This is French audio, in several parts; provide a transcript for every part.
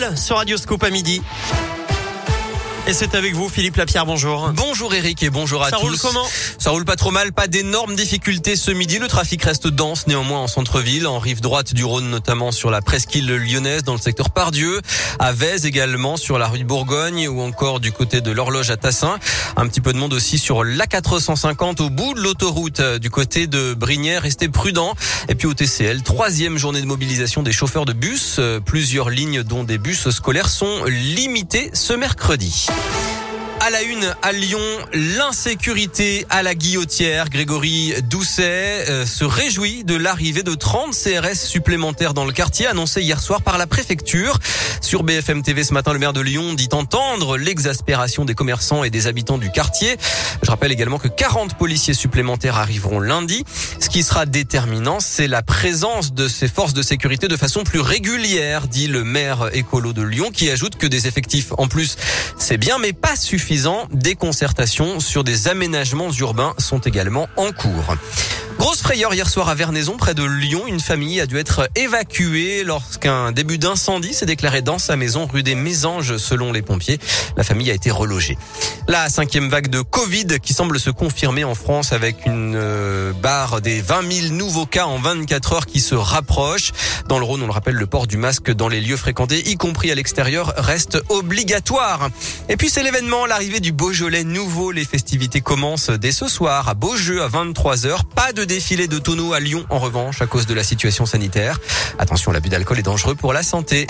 journal sur Radioscope à midi. Et c'est avec vous, Philippe Lapierre, bonjour. Bonjour Eric et bonjour à tous. Ça roule comment ? Ça roule pas trop mal, pas d'énormes difficultés ce midi. Le trafic reste dense néanmoins en centre-ville, en rive droite du Rhône, notamment sur la presqu'île lyonnaise, dans le secteur Pardieu, à Vèze également, sur la rue de Bourgogne ou encore du côté de l'Horloge à Tassin. Un petit peu de monde aussi sur l'A450 au bout de l'autoroute du côté de Brignières. Restez prudents. Et puis au TCL, 3e journée de mobilisation des chauffeurs de bus. Plusieurs lignes dont des bus scolaires sont limitées ce mercredi. À la une, à Lyon, l'insécurité à la Guillotière. Grégory Doucet se réjouit de l'arrivée de 30 CRS supplémentaires dans le quartier, annoncé hier soir par la préfecture. Sur BFM TV ce matin, le maire de Lyon dit entendre l'exaspération des commerçants et des habitants du quartier. Je rappelle également que 40 policiers supplémentaires arriveront lundi. Ce qui sera déterminant, c'est la présence de ces forces de sécurité de façon plus régulière, dit le maire écolo de Lyon, qui ajoute que des effectifs en plus, c'est bien, mais pas suffisant. Des concertations sur des aménagements urbains sont également en cours. Grosse frayeur hier soir à Vernaison, près de Lyon. Une famille a dû être évacuée lorsqu'un début d'incendie s'est déclaré dans sa maison rue des Mésanges, selon les pompiers. La famille a été relogée. La 5e vague de Covid qui semble se confirmer en France avec une barre des 20 000 nouveaux cas en 24 heures qui se rapproche. Dans le Rhône, on le rappelle, le port du masque dans les lieux fréquentés, y compris à l'extérieur, reste obligatoire. Et puis c'est l'événement, l'arrivée du Beaujolais nouveau. Les festivités commencent dès ce soir à Beaujeu à 23h. Pas de défilé de tonneaux à Lyon en revanche à cause de la situation sanitaire. Attention, l'abus d'alcool est dangereux pour la santé.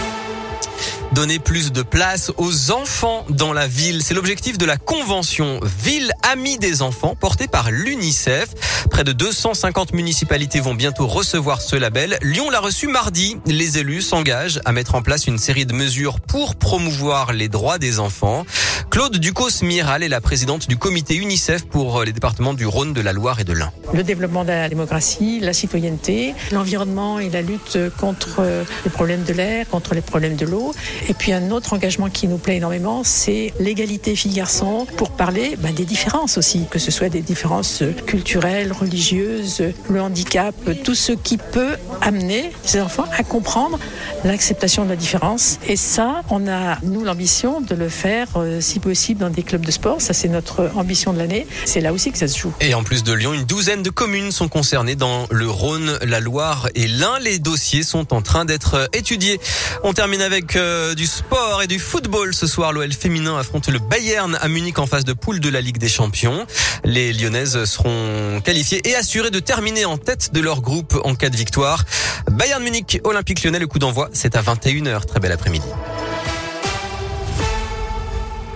Donner plus de place aux enfants dans la ville. C'est l'objectif de la convention Ville Amie des enfants portée par l'UNICEF. Près de 250 municipalités vont bientôt recevoir ce label. Lyon l'a reçu mardi. Les élus s'engagent à mettre en place une série de mesures pour promouvoir les droits des enfants. Claude Ducos-Miral est la présidente du comité UNICEF pour les départements du Rhône, de la Loire et de l'Ain. Le développement de la démocratie, la citoyenneté, l'environnement et la lutte contre les problèmes de l'air, contre les problèmes de l'eau. Et puis un autre engagement qui nous plaît énormément, c'est l'égalité filles-garçons pour parler des différences aussi, que ce soit des différences culturelles, religieuses, le handicap, tout ce qui peut amener ces enfants à comprendre l'acceptation de la différence. Et ça, on a, nous, l'ambition de le faire, si possible, dans des clubs de sport. Ça, c'est notre ambition de l'année. C'est là aussi que ça se joue. Et en plus de Lyon, une douzaine de communes sont concernées dans le Rhône, la Loire et l'Ain. Les dossiers sont en train d'être étudiés. On termine avec du sport et du football. Ce soir, l'OL féminin affronte le Bayern à Munich en phase de poule de la Ligue des Champions. Les Lyonnaises seront qualifiées et assurées de terminer en tête de leur groupe en cas de victoire. Bayern Munich, Olympique Lyonnais, le coup d'envoi, c'est à 21h. Très bel après-midi.